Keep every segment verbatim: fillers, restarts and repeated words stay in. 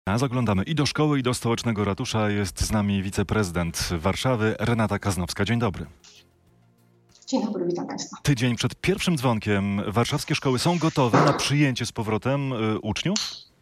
A zaglądamy i do szkoły, i do stołecznego ratusza. Jest z nami wiceprezydent Warszawy Renata Kaznowska. Dzień dobry. Dzień dobry, witam Państwa. Tydzień przed pierwszym dzwonkiem warszawskie szkoły są gotowe na przyjęcie z powrotem y, uczniów?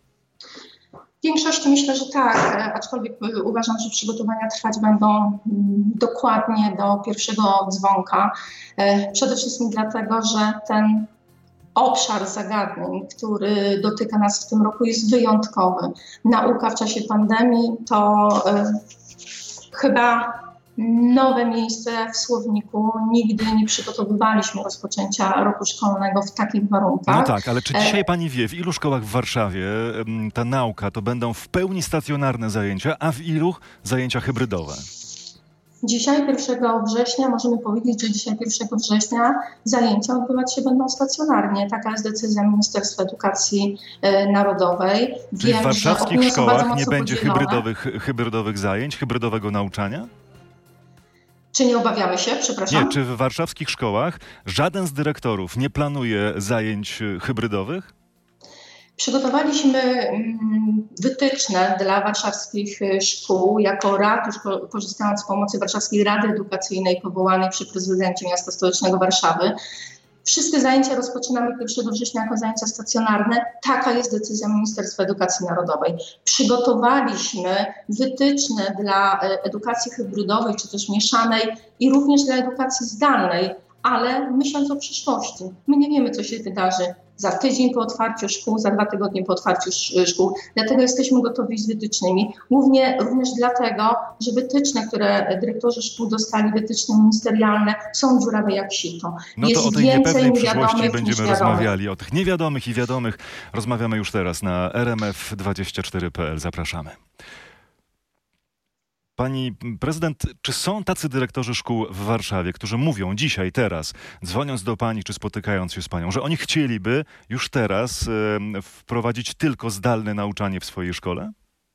W większości myślę, że tak, aczkolwiek uważam, że przygotowania trwać będą dokładnie do pierwszego dzwonka. Przede wszystkim dlatego, że ten obszar zagadnień, który dotyka nas w tym roku, jest wyjątkowy. Nauka w czasie pandemii to y, chyba nowe miejsce w słowniku. Nigdy nie przygotowywaliśmy rozpoczęcia roku szkolnego w takich warunkach. No tak, ale czy dzisiaj pani wie, w ilu szkołach w Warszawie ta nauka to będą w pełni stacjonarne zajęcia, a w ilu zajęcia hybrydowe? Dzisiaj, pierwszego września, możemy powiedzieć, że dzisiaj, pierwszego września, zajęcia odbywać się będą stacjonarnie. Taka jest decyzja Ministerstwa Edukacji Narodowej. Czyli Wiem, w warszawskich szkołach nie będzie podzielone. hybrydowych, hybrydowych zajęć, hybrydowego nauczania? Czy nie obawiamy się? Przepraszam. Nie, czy w warszawskich szkołach żaden z dyrektorów nie planuje zajęć hybrydowych? Przygotowaliśmy wytyczne dla warszawskich szkół. Jako ratusz, korzystając z pomocy Warszawskiej Rady Edukacyjnej powołanej przy prezydencie miasta stołecznego Warszawy. Wszystkie zajęcia rozpoczynamy pierwszego września jako zajęcia stacjonarne. Taka jest decyzja Ministerstwa Edukacji Narodowej. Przygotowaliśmy wytyczne dla edukacji hybrydowej czy też mieszanej i również dla edukacji zdalnej, ale myśląc o przyszłości. My nie wiemy, co się wydarzy za tydzień po otwarciu szkół, za dwa tygodnie po otwarciu szkół. Dlatego jesteśmy gotowi z wytycznymi. Głównie również dlatego, że wytyczne, które dyrektorzy szkół dostali, wytyczne ministerialne, są dziurawe jak sito. No to Jest o tej więcej niepewnej przyszłości będziemy niż rozmawiali. O tych niewiadomych i wiadomych rozmawiamy już teraz na R M F dwadzieścia cztery kropka p l. Zapraszamy. Pani prezydent, czy są tacy dyrektorzy szkół w Warszawie, którzy mówią dzisiaj, teraz, dzwoniąc do pani czy spotykając się z panią, że oni chcieliby już teraz e, wprowadzić tylko zdalne nauczanie w swojej szkole?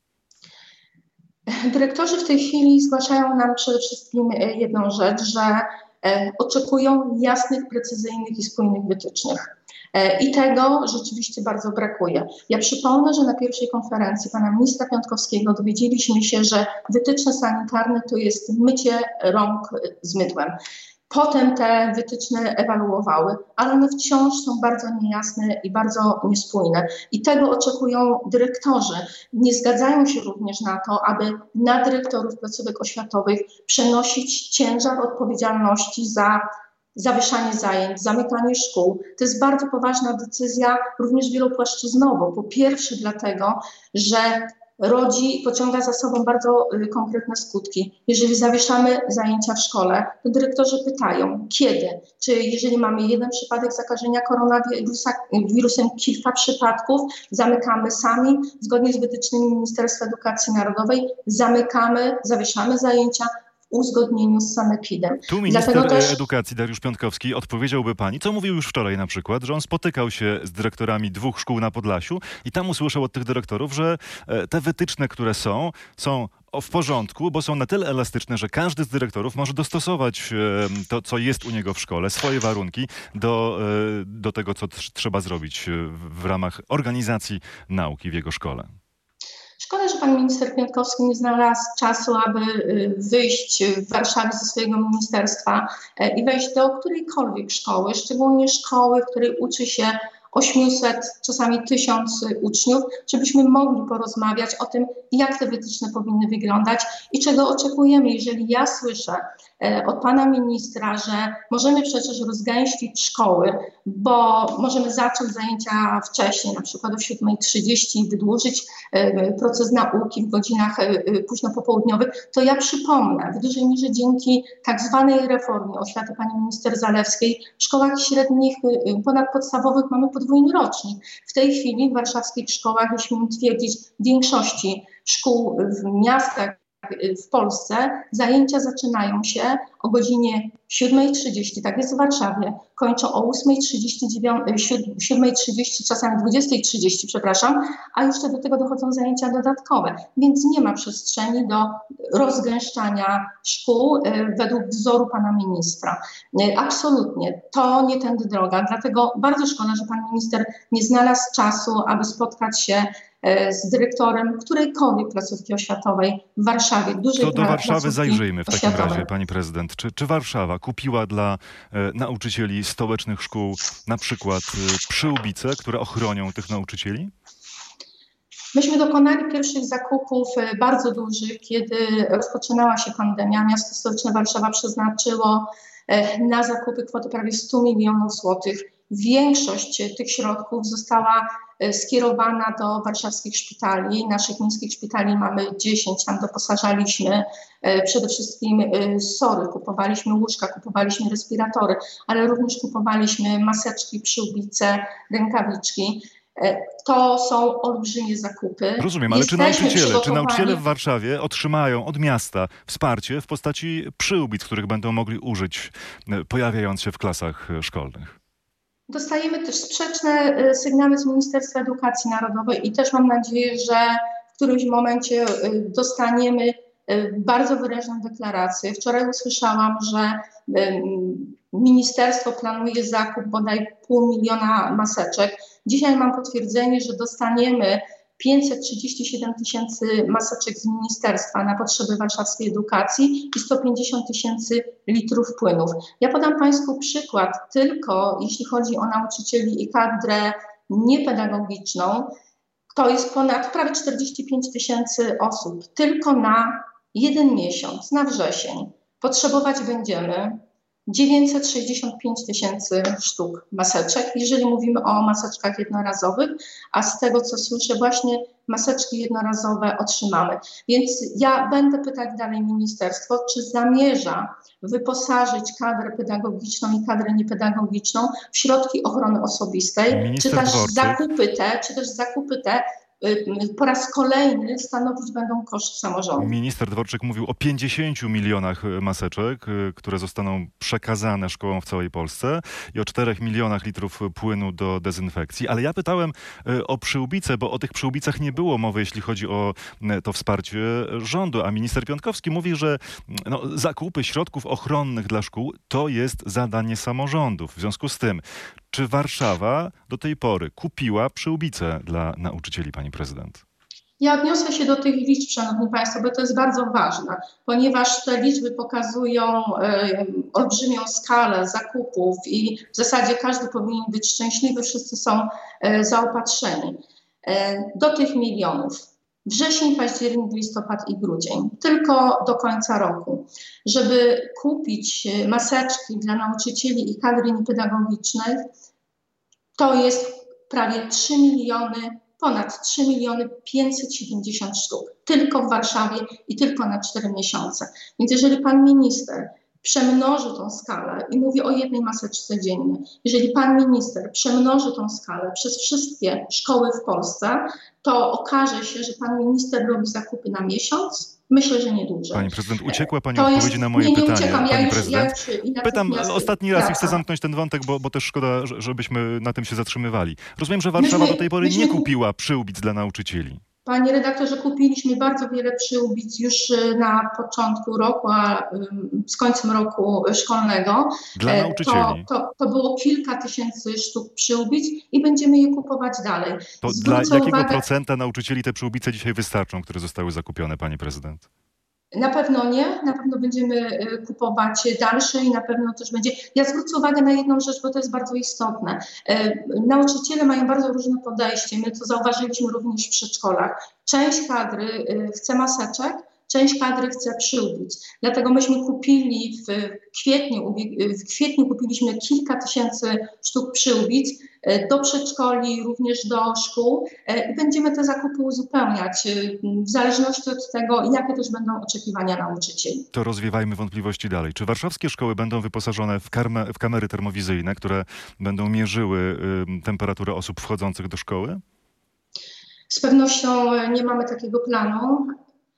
Dyrektorzy w tej chwili zgłaszają nam przede wszystkim jedną rzecz, że e, oczekują jasnych, precyzyjnych i spójnych wytycznych. I tego rzeczywiście bardzo brakuje. Ja przypomnę, że na pierwszej konferencji pana ministra Piontkowskiego dowiedzieliśmy się, że wytyczne sanitarne to jest mycie rąk z mydłem. Potem te wytyczne ewaluowały, ale one wciąż są bardzo niejasne i bardzo niespójne. I tego oczekują dyrektorzy. Nie zgadzają się również na to, aby na dyrektorów placówek oświatowych przenosić ciężar odpowiedzialności za zawieszanie zajęć, zamykanie szkół. To jest bardzo poważna decyzja, również wielopłaszczyznowo. Po pierwsze dlatego, że rodzi, pociąga za sobą bardzo y, konkretne skutki. Jeżeli zawieszamy zajęcia w szkole, to dyrektorzy pytają, kiedy? Czy jeżeli mamy jeden przypadek zakażenia koronawirusem, kilka przypadków, zamykamy sami, zgodnie z wytycznymi Ministerstwa Edukacji Narodowej, zamykamy, zawieszamy zajęcia, w uzgodnieniu z sanepidem. Tu minister Dlatego też edukacji Dariusz Piontkowski odpowiedziałby pani, co mówił już wczoraj na przykład, że on spotykał się z dyrektorami dwóch szkół na Podlasiu i tam usłyszał od tych dyrektorów, że te wytyczne, które są, są w porządku, bo są na tyle elastyczne, że każdy z dyrektorów może dostosować to, co jest u niego w szkole, swoje warunki do, do tego, co trzeba zrobić w ramach organizacji nauki w jego szkole. Szkoda, że pan minister Piontkowski nie znalazł czasu, aby wyjść w Warszawie ze swojego ministerstwa i wejść do którejkolwiek szkoły, szczególnie szkoły, w której uczy się osiemset, czasami tysiąc uczniów, żebyśmy mogli porozmawiać o tym, jak te wytyczne powinny wyglądać i czego oczekujemy. Jeżeli ja słyszę od pana ministra, że możemy przecież rozgęścić szkoły, bo możemy zacząć zajęcia wcześniej, na przykład o siódmej trzydzieści i wydłużyć proces nauki w godzinach późno popołudniowych, to ja przypomnę, w dużej mierze dzięki tak zwanej reformie oświaty pani minister Zalewskiej w szkołach średnich ponadpodstawowych mamy podwójny rocznik. W tej chwili w warszawskich szkołach, jeśli śmiem twierdzić, w większości szkół w miastach w Polsce zajęcia zaczynają się o godzinie siódmej trzydzieści, tak jest w Warszawie, kończą o ósmej trzydzieści, siódmej trzydzieści, czasami dwudziestej trzydzieści, przepraszam, a jeszcze do tego dochodzą zajęcia dodatkowe, więc nie ma przestrzeni do rozgęszczania szkół według wzoru pana ministra. Absolutnie, to nie tędy droga, dlatego bardzo szkoda, że pan minister nie znalazł czasu, aby spotkać się z dyrektorem którejkolwiek placówki oświatowej w Warszawie. Dużej To do Warszawy zajrzyjmy w takim oświatowej. razie, pani prezydent. Czy, czy Warszawa kupiła dla e, nauczycieli stołecznych szkół na przykład e, przyłbice, które ochronią tych nauczycieli? Myśmy dokonali pierwszych zakupów bardzo dużych, kiedy rozpoczynała się pandemia. Miasto stołeczne Warszawa przeznaczyło na zakupy kwotę prawie stu milionów złotych. Większość tych środków została skierowana do warszawskich szpitali. Naszych miejskich szpitali mamy dziesięć, tam doposażaliśmy przede wszystkim sory, kupowaliśmy łóżka, kupowaliśmy respiratory, ale również kupowaliśmy maseczki, przyłbice, rękawiczki. To są olbrzymie zakupy. Rozumiem, ale czy nauczyciele, czy nauczyciele w Warszawie otrzymają od miasta wsparcie w postaci przyłbic, których będą mogli użyć, pojawiając się w klasach szkolnych? Dostajemy też sprzeczne sygnały z Ministerstwa Edukacji Narodowej i też mam nadzieję, że w którymś momencie dostaniemy bardzo wyraźną deklarację. Wczoraj usłyszałam, że ministerstwo planuje zakup bodaj pół miliona maseczek. Dzisiaj mam potwierdzenie, że dostaniemy pięćset trzydzieści siedem tysięcy maseczek z ministerstwa na potrzeby warszawskiej edukacji i sto pięćdziesiąt tysięcy litrów płynów. Ja podam Państwu przykład tylko, jeśli chodzi o nauczycieli i kadrę niepedagogiczną, to jest ponad prawie czterdzieści pięć tysięcy osób tylko na jeden miesiąc, na wrzesień. Potrzebować będziemy dziewięćset sześćdziesiąt pięć tysięcy sztuk maseczek, jeżeli mówimy o maseczkach jednorazowych, a z tego co słyszę właśnie maseczki jednorazowe otrzymamy. Więc ja będę pytać dalej ministerstwo, czy zamierza wyposażyć kadrę pedagogiczną i kadrę niepedagogiczną w środki ochrony osobistej, Minister czy też Dworczyk. zakupy te, czy też zakupy te po raz kolejny stanowić będą koszt samorządu. Minister Dworczyk mówił o pięćdziesięciu milionach maseczek, które zostaną przekazane szkołom w całej Polsce i o czterech milionach litrów płynu do dezynfekcji. Ale ja pytałem o przyłbice, bo o tych przyłbicach nie było mowy, jeśli chodzi o to wsparcie rządu. A minister Piontkowski mówi, że no, zakupy środków ochronnych dla szkół to jest zadanie samorządów. W związku z tym, czy Warszawa do tej pory kupiła przyłbice dla nauczycieli, pani prezydent? Ja odniosę się do tych liczb, szanowni państwo, bo to jest bardzo ważne, ponieważ te liczby pokazują e, olbrzymią skalę zakupów i w zasadzie każdy powinien być szczęśliwy, wszyscy są e, zaopatrzeni. E, do tych milionów. Wrzesień, październik, listopad i grudzień. Tylko do końca roku. Żeby kupić maseczki dla nauczycieli i kadry niepedagogicznej, to jest prawie trzy miliony, ponad trzy miliony pięćset siedemdziesiąt sztuk. Tylko w Warszawie i tylko na cztery miesiące. Więc jeżeli pan minister przemnoży tą skalę i mówi o jednej maseczce dziennie, jeżeli pan minister przemnoży tą skalę przez wszystkie szkoły w Polsce, to okaże się, że pan minister robi zakupy na miesiąc. Myślę, że nie dłużej. Pani prezydent, uciekła pani to odpowiedzi jest, na moje nie, nie pytanie, uciekam. pani Ja już, prezydent. Ja już Pytam ostatni raz i chcę wracam. zamknąć ten wątek, bo, bo też szkoda, żebyśmy na tym się zatrzymywali. Rozumiem, że Warszawa Myśmy, do tej pory myśmy, nie kupiła przyłbic dla nauczycieli. Panie redaktorze, kupiliśmy bardzo wiele przyłbic już na początku roku, a z końcem roku szkolnego. Dla nauczycieli. To, to, to było kilka tysięcy sztuk przyłbic i będziemy je kupować dalej. To Zwrócę dla jakiego uwagę, procenta nauczycieli te przyłbice dzisiaj wystarczą, które zostały zakupione, pani prezydent? Na pewno nie, na pewno będziemy kupować dalsze i na pewno też będzie. Ja zwrócę uwagę na jedną rzecz, bo to jest bardzo istotne. Nauczyciele mają bardzo różne podejście. My to zauważyliśmy również w przedszkolach. Część kadry chce maseczek, część kadry chce przyłbic. Dlatego myśmy kupili w kwietniu, w kwietniu kupiliśmy kilka tysięcy sztuk przyłbic do przedszkoli, również do szkół i będziemy te zakupy uzupełniać w zależności od tego, jakie też będą oczekiwania nauczycieli. To rozwiewajmy wątpliwości dalej. Czy warszawskie szkoły będą wyposażone w, karme, w kamery termowizyjne, które będą mierzyły y, temperaturę osób wchodzących do szkoły? Z pewnością nie mamy takiego planu.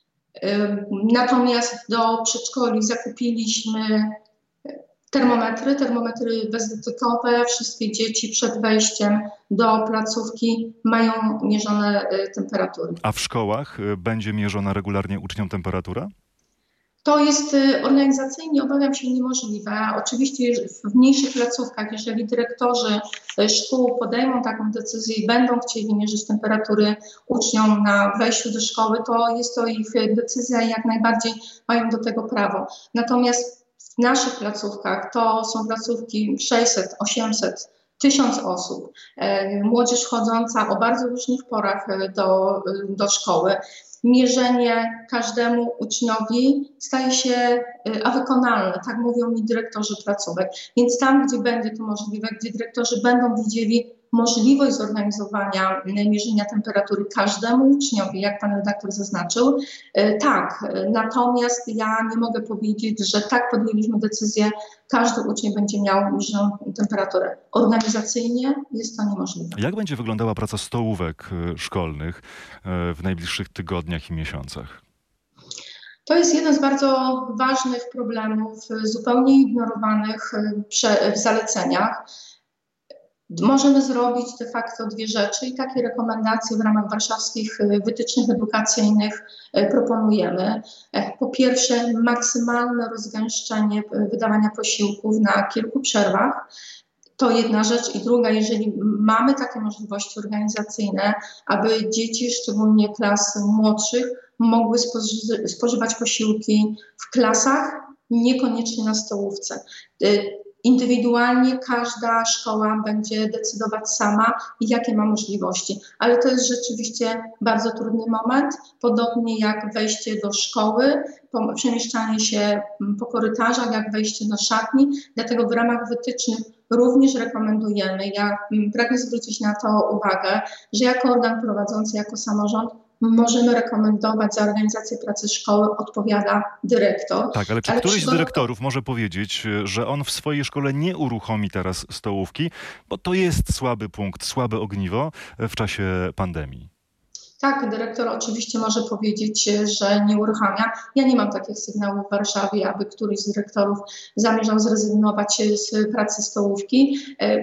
Natomiast do przedszkoli zakupiliśmy termometry, termometry bezdotykowe. Wszystkie dzieci przed wejściem do placówki mają mierzone temperatury. A w szkołach będzie mierzona regularnie uczniom temperatura? To jest organizacyjnie, obawiam się, niemożliwe. Oczywiście w mniejszych placówkach, jeżeli dyrektorzy szkół podejmą taką decyzję i będą chcieli mierzyć temperatury uczniom na wejściu do szkoły, to jest to ich decyzja i jak najbardziej mają do tego prawo. Natomiast w naszych placówkach to są placówki sześćset, osiemset, tysiąc osób, młodzież chodząca o bardzo różnych porach do, do szkoły. Mierzenie każdemu uczniowi staje się a wykonalne, tak mówią mi dyrektorzy placówek. Więc tam, gdzie będzie to możliwe, gdzie dyrektorzy będą widzieli możliwość zorganizowania mierzenia temperatury każdemu uczniowi, jak pan redaktor zaznaczył, tak. Natomiast ja nie mogę powiedzieć, że tak podjęliśmy decyzję, każdy uczeń będzie miał mierzoną temperaturę. Organizacyjnie jest to niemożliwe. Jak będzie wyglądała praca stołówek szkolnych w najbliższych tygodniach i miesiącach? To jest jeden z bardzo ważnych problemów, zupełnie ignorowanych w zaleceniach. Możemy zrobić de facto dwie rzeczy i takie rekomendacje w ramach warszawskich wytycznych edukacyjnych proponujemy. Po pierwsze, maksymalne rozgęszczenie wydawania posiłków na kilku przerwach. To jedna rzecz. I druga, jeżeli mamy takie możliwości organizacyjne, aby dzieci, szczególnie klas młodszych, mogły spoży- spożywać posiłki w klasach, niekoniecznie na stołówce. Indywidualnie każda szkoła będzie decydować sama, jakie ma możliwości. Ale to jest rzeczywiście bardzo trudny moment, podobnie jak wejście do szkoły, przemieszczanie się po korytarzach, jak wejście do szatni. Dlatego w ramach wytycznych również rekomendujemy, ja pragnę zwrócić na to uwagę, że jako organ prowadzący, jako samorząd możemy rekomendować, za organizację pracy szkoły odpowiada dyrektor. Tak, ale czy ale któryś z dyrektorów może powiedzieć, że on w swojej szkole nie uruchomi teraz stołówki, bo to jest słaby punkt, słabe ogniwo w czasie pandemii? Tak, dyrektor oczywiście może powiedzieć, że nie uruchamia. Ja nie mam takich sygnałów w Warszawie, aby któryś z dyrektorów zamierzał zrezygnować z pracy stołówki.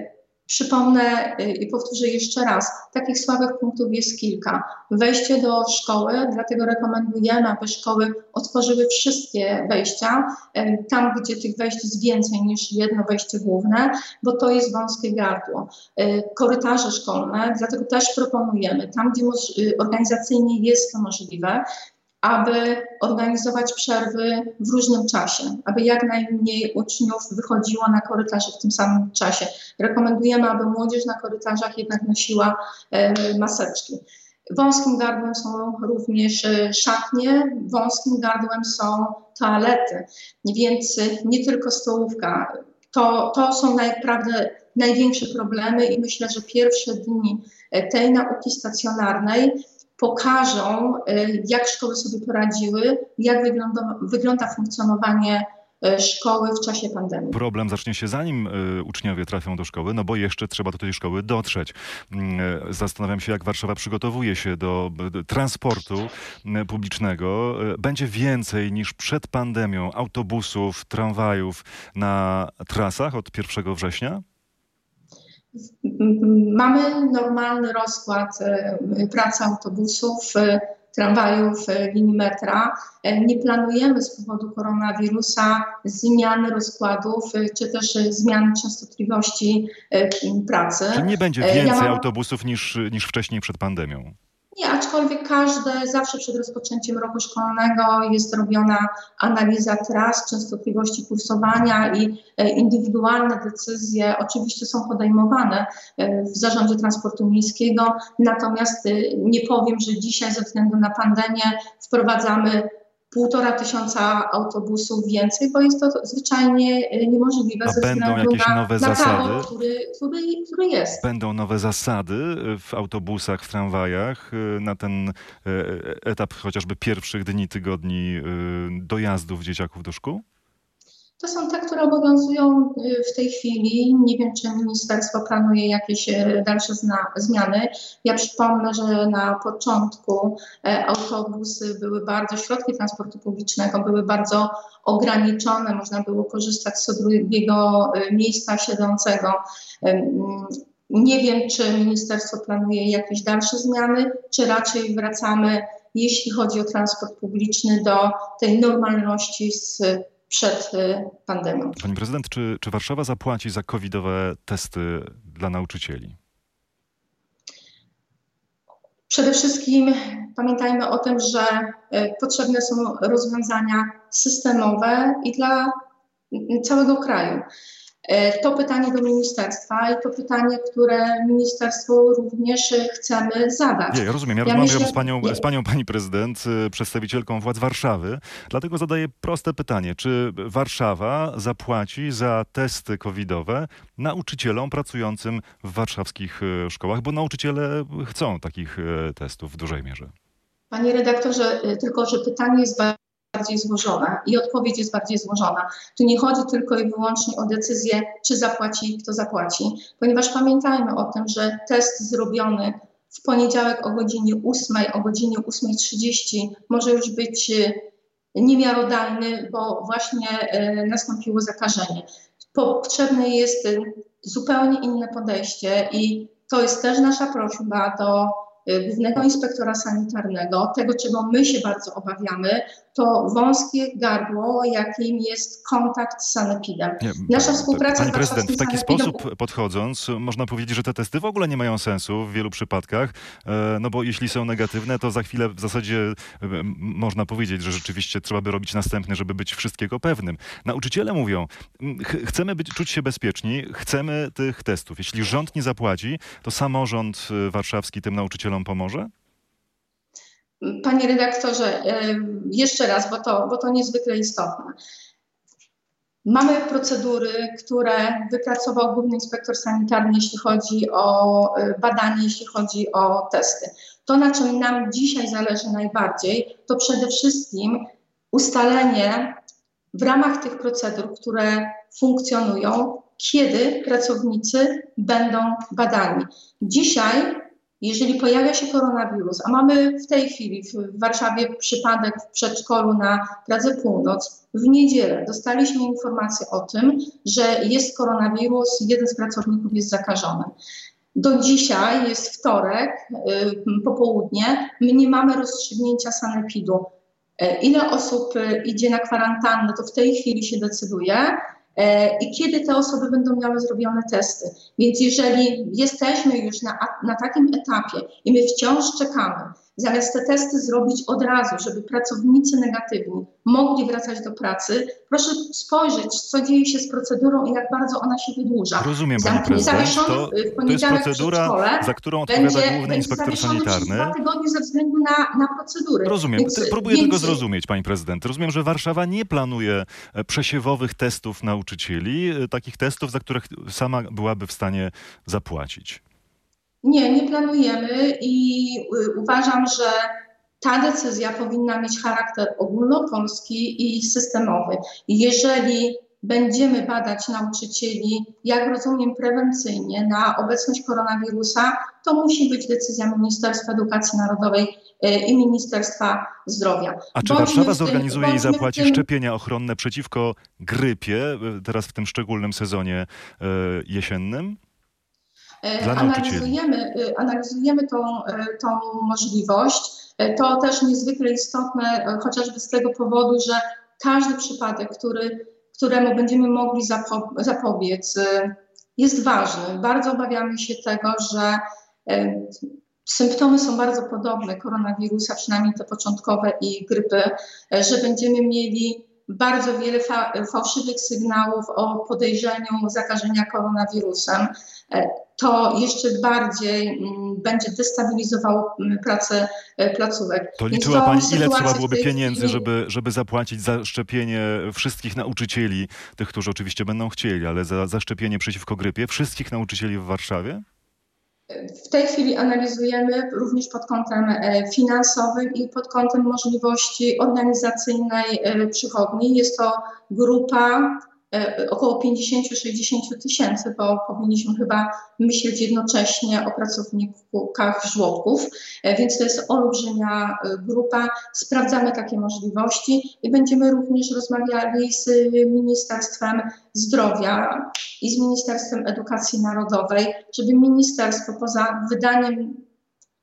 Przypomnę i powtórzę jeszcze raz, takich słabych punktów jest kilka. Wejście do szkoły, dlatego rekomendujemy, aby szkoły otworzyły wszystkie wejścia, tam gdzie tych wejść jest więcej niż jedno wejście główne, bo to jest wąskie gardło. Korytarze szkolne, dlatego też proponujemy, tam gdzie organizacyjnie jest to możliwe, aby organizować przerwy w różnym czasie, aby jak najmniej uczniów wychodziło na korytarze w tym samym czasie. Rekomendujemy, aby młodzież na korytarzach jednak nosiła e, maseczki. Wąskim gardłem są również szatnie, wąskim gardłem są toalety, więc nie tylko stołówka. To, to są naprawdę największe problemy i myślę, że pierwsze dni tej nauki stacjonarnej pokażą, jak szkoły sobie poradziły, jak wygląda, wygląda funkcjonowanie szkoły w czasie pandemii. Problem zacznie się zanim uczniowie trafią do szkoły, no bo jeszcze trzeba do tej szkoły dotrzeć. Zastanawiam się, jak Warszawa przygotowuje się do transportu publicznego. Będzie więcej niż przed pandemią autobusów, tramwajów na trasach od pierwszego września? Mamy normalny rozkład pracy autobusów, tramwajów, linii metra. Nie planujemy z powodu koronawirusa zmiany rozkładów, czy też zmiany częstotliwości pracy. Czy nie będzie więcej ja mam... autobusów niż, niż wcześniej przed pandemią? Nie, aczkolwiek każde, zawsze przed rozpoczęciem roku szkolnego jest robiona analiza tras, częstotliwości kursowania i indywidualne decyzje oczywiście są podejmowane w Zarządzie Transportu Miejskiego. Natomiast nie powiem, że dzisiaj ze względu na pandemię wprowadzamy półtora tysiąca autobusów więcej, bo jest to zwyczajnie niemożliwe. A ze będą jakieś na, nowe na zasady? Prawo, który, który, który jest. Będą nowe zasady w autobusach, w tramwajach na ten etap chociażby pierwszych dni, tygodni dojazdów dzieciaków do szkół? To są te, które obowiązują w tej chwili. Nie wiem, czy ministerstwo planuje jakieś dalsze zmiany. Ja przypomnę, że na początku autobusy były bardzo, środki transportu publicznego były bardzo ograniczone. Można było korzystać z co drugiego miejsca siedzącego. Nie wiem, czy ministerstwo planuje jakieś dalsze zmiany, czy raczej wracamy jeśli chodzi o transport publiczny, do tej normalności z przed pandemią. Pani prezydent, czy, czy Warszawa zapłaci za covidowe testy dla nauczycieli? Przede wszystkim pamiętajmy o tym, że potrzebne są rozwiązania systemowe i dla całego kraju. To pytanie do ministerstwa i to pytanie, które ministerstwu również chcemy zadać. Nie, ja rozumiem. Ja, ja rozmawiam myślę, z, panią, z panią, pani prezydent, przedstawicielką władz Warszawy. Dlatego zadaję proste pytanie. Czy Warszawa zapłaci za testy covidowe nauczycielom pracującym w warszawskich szkołach? Bo nauczyciele chcą takich testów w dużej mierze. Panie redaktorze, tylko że pytanie jest bardziej złożona i odpowiedź jest bardziej złożona. Tu nie chodzi tylko i wyłącznie o decyzję, czy zapłaci, kto zapłaci, ponieważ pamiętajmy o tym, że test zrobiony w poniedziałek o godzinie ósmej, o godzinie ósmej trzydzieści może już być niemiarodajny, bo właśnie nastąpiło zakażenie. Potrzebne jest zupełnie inne podejście i to jest też nasza prośba do Głównego Inspektora Sanitarnego. Tego, czego my się bardzo obawiamy, to wąskie gardło, jakim jest kontakt z sanepidem. Nie, Nasza współpraca Pani z prezydent, w taki sanepidem... sposób podchodząc, można powiedzieć, że te testy w ogóle nie mają sensu w wielu przypadkach, no bo jeśli są negatywne, to za chwilę w zasadzie można powiedzieć, że rzeczywiście trzeba by robić następne, żeby być wszystkiego pewnym. Nauczyciele mówią, ch chcemy być, czuć się bezpieczni, chcemy tych testów. Jeśli rząd nie zapłaci, to samorząd warszawski tym nauczycielom pomoże? Panie redaktorze, jeszcze raz, bo to, bo to niezwykle istotne. Mamy procedury, które wypracował Główny Inspektor Sanitarny, jeśli chodzi o badanie, jeśli chodzi o testy. To, na czym nam dzisiaj zależy najbardziej, to przede wszystkim ustalenie w ramach tych procedur, które funkcjonują, kiedy pracownicy będą badani. Dzisiaj, jeżeli pojawia się koronawirus, a mamy w tej chwili w Warszawie przypadek w przedszkolu na Pradze Północ, w niedzielę dostaliśmy informację o tym, że jest koronawirus, jeden z pracowników jest zakażony. Do dzisiaj jest wtorek, yy, popołudnie, my nie mamy rozstrzygnięcia sanepidu. Yy, ile osób yy, idzie na kwarantannę, to w tej chwili się decyduje. I kiedy te osoby będą miały zrobione testy. Więc jeżeli jesteśmy już na, na takim etapie i my wciąż czekamy, zamiast te testy zrobić od razu, żeby pracownicy negatywni mogli wracać do pracy, proszę spojrzeć, co dzieje się z procedurą i jak bardzo ona się wydłuża. Rozumiem, pani prezydent. To, to jest procedura, za którą odpowiada będzie, Główny Inspektor Sanitarny. Dwa tygodnie ze względu na, na procedury. Rozumiem. Więc, Próbuję więc... tylko zrozumieć, pani prezydent. Rozumiem, że Warszawa nie planuje przesiewowych testów nauczycieli, takich testów, za których sama byłaby w stanie zapłacić. Nie, nie planujemy i uważam, że ta decyzja powinna mieć charakter ogólnopolski i systemowy. Jeżeli będziemy badać nauczycieli, jak rozumiem, prewencyjnie na obecność koronawirusa, to musi być decyzja Ministerstwa Edukacji Narodowej i Ministerstwa Zdrowia. A czy Bądźmy Warszawa w tym, zorganizuje i zapłaci tym... szczepienia ochronne przeciwko grypie, teraz w tym szczególnym sezonie jesiennym? Analizujemy, analizujemy tą, tą możliwość. To też niezwykle istotne, chociażby z tego powodu, że każdy przypadek, który, któremu będziemy mogli zapo zapobiec, jest ważny. Bardzo obawiamy się tego, że symptomy są bardzo podobne koronawirusa, przynajmniej te początkowe i grypy, że będziemy mieli bardzo wiele fa fałszywych sygnałów o podejrzeniu zakażenia koronawirusem. To jeszcze bardziej m, będzie destabilizowało m, pracę e, placówek. To liczyła Pani, ile trzeba byłoby chwili... pieniędzy, żeby, żeby zapłacić za szczepienie wszystkich nauczycieli, tych, którzy oczywiście będą chcieli, ale za, za szczepienie przeciwko grypie, wszystkich nauczycieli w Warszawie? W tej chwili analizujemy również pod kątem finansowym i pod kątem możliwości organizacyjnej przychodni. Jest to grupa około pięćdziesiąt do sześćdziesięciu tysięcy, bo powinniśmy chyba myśleć jednocześnie o pracownikach żłobków, więc to jest olbrzymia grupa. Sprawdzamy takie możliwości i będziemy również rozmawiali z Ministerstwem Zdrowia i z Ministerstwem Edukacji Narodowej, żeby ministerstwo poza wydaniem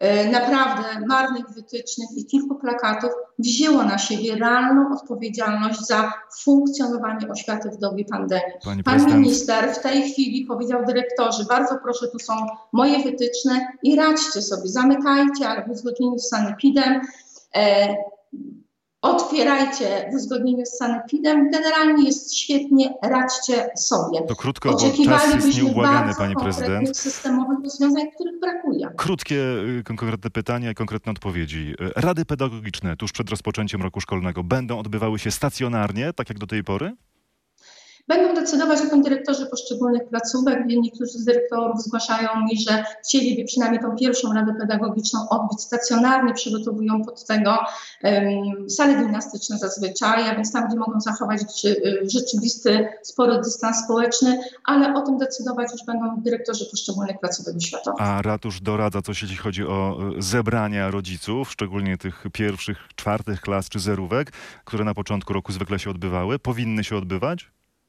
naprawdę marnych wytycznych i kilku plakatów wzięło na siebie realną odpowiedzialność za funkcjonowanie oświaty w dobie pandemii. Pani Pan prezydent... minister w tej chwili powiedział dyrektorzy, bardzo proszę, tu są moje wytyczne i radźcie sobie, zamykajcie, ale w uzgodnieniu z sanepidem, e, otwierajcie w uzgodnieniu z sanepidem, generalnie jest świetnie, radźcie sobie. To krótko, bo czas jest nieubłagany, pani prezydent. Systemowych rozwiązań, których brakuje. Krótkie, konkretne pytania i konkretne odpowiedzi. Rady pedagogiczne tuż przed rozpoczęciem roku szkolnego będą odbywały się stacjonarnie, tak jak do tej pory? Będą decydować o tym dyrektorzy poszczególnych placówek. Niektórzy z dyrektorów zgłaszają mi, że chcieliby przynajmniej tą pierwszą radę pedagogiczną odbyć stacjonarnie, przygotowują pod tego um, sale gimnastyczne zazwyczaj, a więc tam, gdzie mogą zachować rzeczywisty, spory dystans społeczny, ale o tym decydować już będą dyrektorzy poszczególnych placówek oświatowych. A ratusz doradza coś, jeśli chodzi o zebrania rodziców, szczególnie tych pierwszych, czwartych klas czy zerówek, które na początku roku zwykle się odbywały, powinny się odbywać?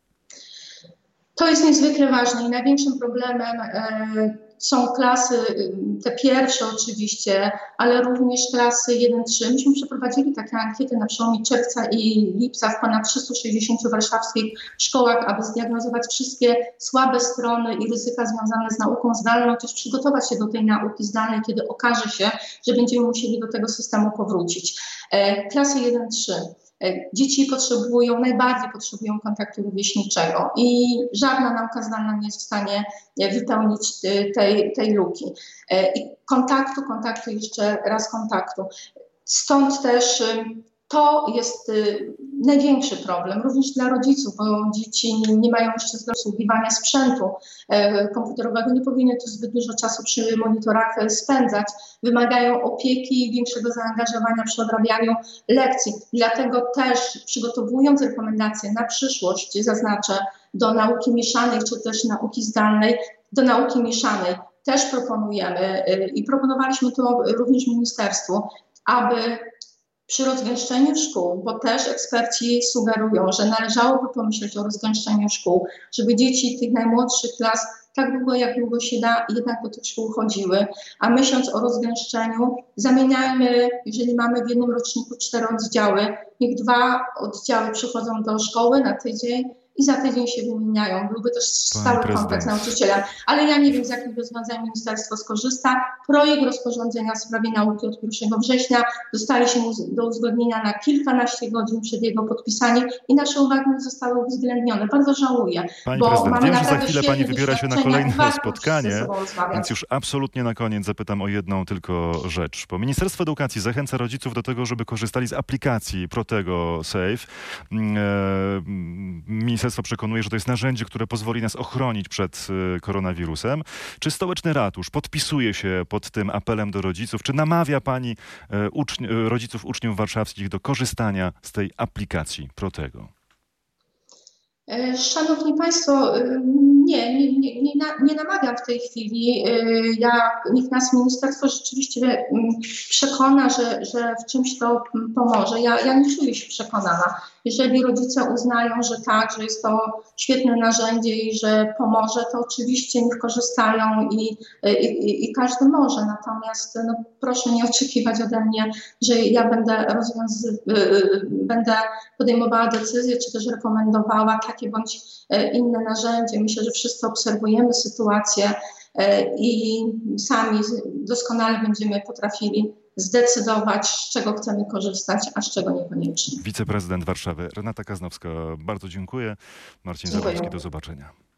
To jest niezwykle ważne i największym problemem e, są klasy, te pierwsze oczywiście, ale również klasy jeden trzy. Myśmy przeprowadzili takie ankiety na przełomie czerwca i lipca w ponad trzystu sześćdziesięciu warszawskich szkołach, aby zdiagnozować wszystkie słabe strony i ryzyka związane z nauką zdalną, też przygotować się do tej nauki zdalnej, kiedy okaże się, że będziemy musieli do tego systemu powrócić. E, klasy jeden trzy. Dzieci potrzebują, najbardziej potrzebują kontaktu rówieśniczego i żadna nauka zdalna nie jest w stanie wypełnić tej, tej luki. I kontaktu, kontaktu, jeszcze raz kontaktu. Stąd też to jest największy problem, również dla rodziców, bo dzieci nie mają jeszcze obsługiwania sprzętu komputerowego, nie powinny tu zbyt dużo czasu przy monitorach spędzać, wymagają opieki i większego zaangażowania przy odrabianiu lekcji. Dlatego też przygotowując rekomendacje na przyszłość, zaznaczę, do nauki mieszanej czy też nauki zdalnej, do nauki mieszanej też proponujemy i proponowaliśmy to również ministerstwu, aby przy rozgęszczeniu szkół, bo też eksperci sugerują, że należałoby pomyśleć o rozgęszczeniu szkół, żeby dzieci tych najmłodszych klas tak długo, jak długo się da, jednak do tych szkół chodziły. A myśląc o rozgęszczeniu, zamieniajmy, jeżeli mamy w jednym roczniku cztery oddziały, niech dwa oddziały przychodzą do szkoły na tydzień i za tydzień się wymieniają. Byłby też stały kontakt z nauczycielem. Ale ja nie wiem, z jakich rozwiązań ministerstwo skorzysta. Projekt rozporządzenia w sprawie nauki od pierwszego września dostaje się do uzgodnienia na kilkanaście godzin przed jego podpisaniem i nasze uwagi nie zostały uwzględnione. Bardzo żałuję. Pani bo prezydent, mamy wiem, że za chwilę pani świetne wybiera się na doświadczenia, kolejne warto spotkanie, rozmawiać. więc już absolutnie na koniec zapytam o jedną tylko rzecz. Bo Ministerstwo Edukacji zachęca rodziców do tego, żeby korzystali z aplikacji Protego Safe. Ministerstwo przekonuje, że to jest narzędzie, które pozwoli nas ochronić przed koronawirusem. Czy stołeczny ratusz podpisuje się pod tym apelem do rodziców? Czy namawia pani uczni rodziców uczniów warszawskich do korzystania z tej aplikacji Protego? Szanowni Państwo, nie, nie, nie, nie, nie namawiam w tej chwili. Ja, niech nas ministerstwo rzeczywiście przekona, że, że w czymś to pomoże. Ja, ja nie czuję się przekonana. Jeżeli rodzice uznają, że tak, że jest to świetne narzędzie i że pomoże, to oczywiście niech korzystają i, i, i każdy może. Natomiast no, proszę nie oczekiwać ode mnie, że ja będę, rozwiązy- będę podejmowała decyzję, czy też rekomendowała takie bądź inne narzędzie. Myślę, że wszyscy obserwujemy sytuację i sami doskonale będziemy potrafili zdecydować, z czego chcemy korzystać, a z czego niekoniecznie. Wiceprezydent Warszawy Renata Kaznowska, bardzo dziękuję. Marcin Zaborski, do zobaczenia.